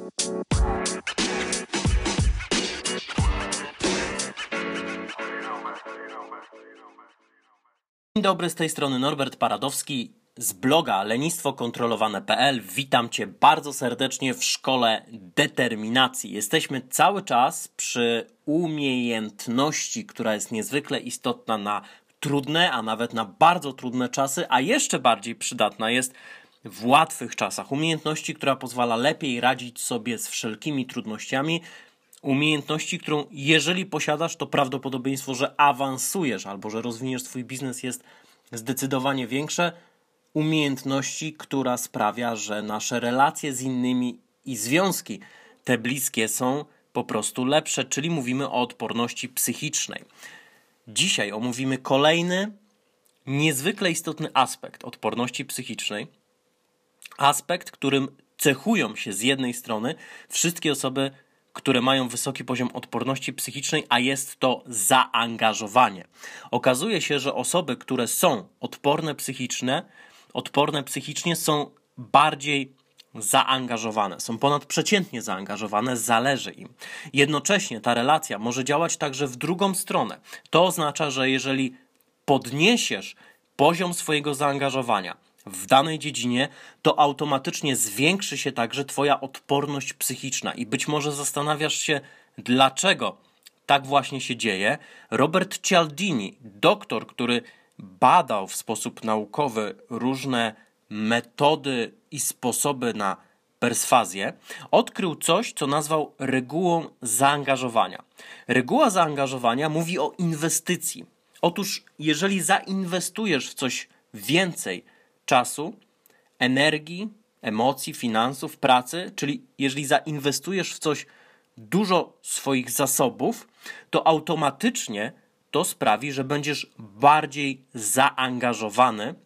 Dzień dobry, z tej strony Norbert Paradowski z bloga lenistwokontrolowane.pl. Witam Cię bardzo serdecznie w szkole determinacji. Jesteśmy cały czas przy umiejętności, która jest niezwykle istotna na trudne, a nawet na bardzo trudne czasy, a jeszcze bardziej przydatna jest w łatwych czasach. Umiejętności, która pozwala lepiej radzić sobie z wszelkimi trudnościami. Umiejętności, którą jeżeli posiadasz, to prawdopodobieństwo, że awansujesz albo że rozwiniesz swój biznes jest zdecydowanie większe. Umiejętności, która sprawia, że nasze relacje z innymi i związki te bliskie są po prostu lepsze, czyli mówimy o odporności psychicznej. Dzisiaj omówimy kolejny niezwykle istotny aspekt odporności psychicznej. Aspekt, którym cechują się z jednej strony wszystkie osoby, które mają wysoki poziom odporności psychicznej, a jest to zaangażowanie. Okazuje się, że osoby, które są odporne psychicznie są bardziej zaangażowane, są ponadprzeciętnie zaangażowane, zależy im. Jednocześnie ta relacja może działać także w drugą stronę. To oznacza, że jeżeli podniesiesz poziom swojego zaangażowania w danej dziedzinie, to automatycznie zwiększy się także Twoja odporność psychiczna i być może zastanawiasz się, dlaczego tak właśnie się dzieje. Robert Cialdini, doktor, który badał w sposób naukowy różne metody i sposoby na perswazję, odkrył coś, co nazwał regułą zaangażowania. Reguła zaangażowania mówi o inwestycji. Otóż jeżeli zainwestujesz w coś więcej czasu, energii, emocji, finansów, pracy, czyli jeżeli zainwestujesz w coś dużo swoich zasobów, to automatycznie to sprawi, że będziesz bardziej zaangażowany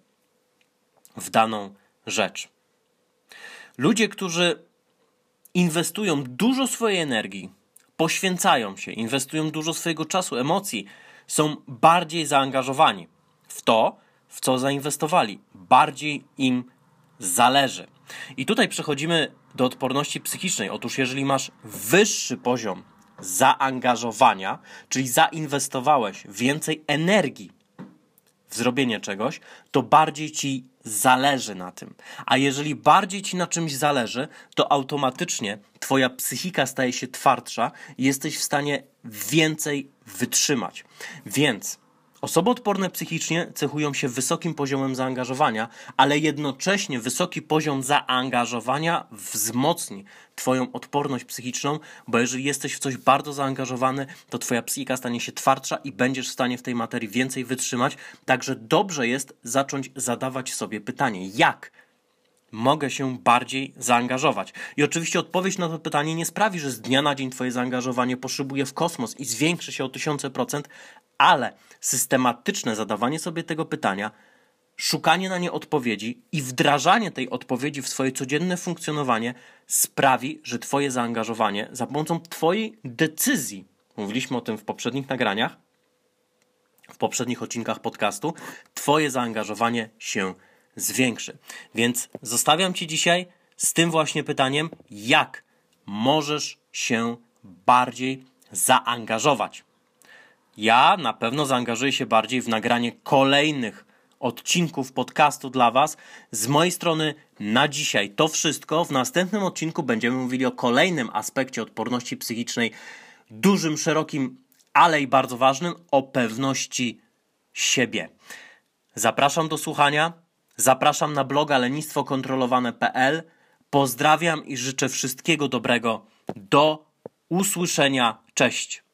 w daną rzecz. Ludzie, którzy inwestują dużo swojej energii, poświęcają się, inwestują dużo swojego czasu, emocji, są bardziej zaangażowani w to, w co zainwestowali. Bardziej im zależy. I tutaj przechodzimy do odporności psychicznej. Otóż jeżeli masz wyższy poziom zaangażowania, czyli zainwestowałeś więcej energii w zrobienie czegoś, to bardziej ci zależy na tym. A jeżeli bardziej ci na czymś zależy, to automatycznie twoja psychika staje się twardsza i jesteś w stanie więcej wytrzymać. Więc osoby odporne psychicznie cechują się wysokim poziomem zaangażowania, ale jednocześnie wysoki poziom zaangażowania wzmocni Twoją odporność psychiczną, bo jeżeli jesteś w coś bardzo zaangażowany, to Twoja psychika stanie się twardsza i będziesz w stanie w tej materii więcej wytrzymać. Także dobrze jest zacząć zadawać sobie pytanie, jak mogę się bardziej zaangażować? I oczywiście odpowiedź na to pytanie nie sprawi, że z dnia na dzień Twoje zaangażowanie poszybuje w kosmos i zwiększy się o 1000%, ale systematyczne zadawanie sobie tego pytania, szukanie na nie odpowiedzi i wdrażanie tej odpowiedzi w swoje codzienne funkcjonowanie sprawi, że Twoje zaangażowanie za pomocą Twojej decyzji, mówiliśmy o tym w poprzednich nagraniach, w poprzednich odcinkach podcastu, Twoje zaangażowanie się zwiększy. Więc zostawiam Ci dzisiaj z tym właśnie pytaniem, jak możesz się bardziej zaangażować. Ja na pewno zaangażuję się bardziej w nagranie kolejnych odcinków podcastu dla Was. Z mojej strony na dzisiaj to wszystko. W następnym odcinku będziemy mówili o kolejnym aspekcie odporności psychicznej, dużym, szerokim, ale i bardzo ważnym, o pewności siebie. Zapraszam do słuchania. Zapraszam na bloga lenistwokontrolowane.pl. Pozdrawiam i życzę wszystkiego dobrego. Do usłyszenia. Cześć.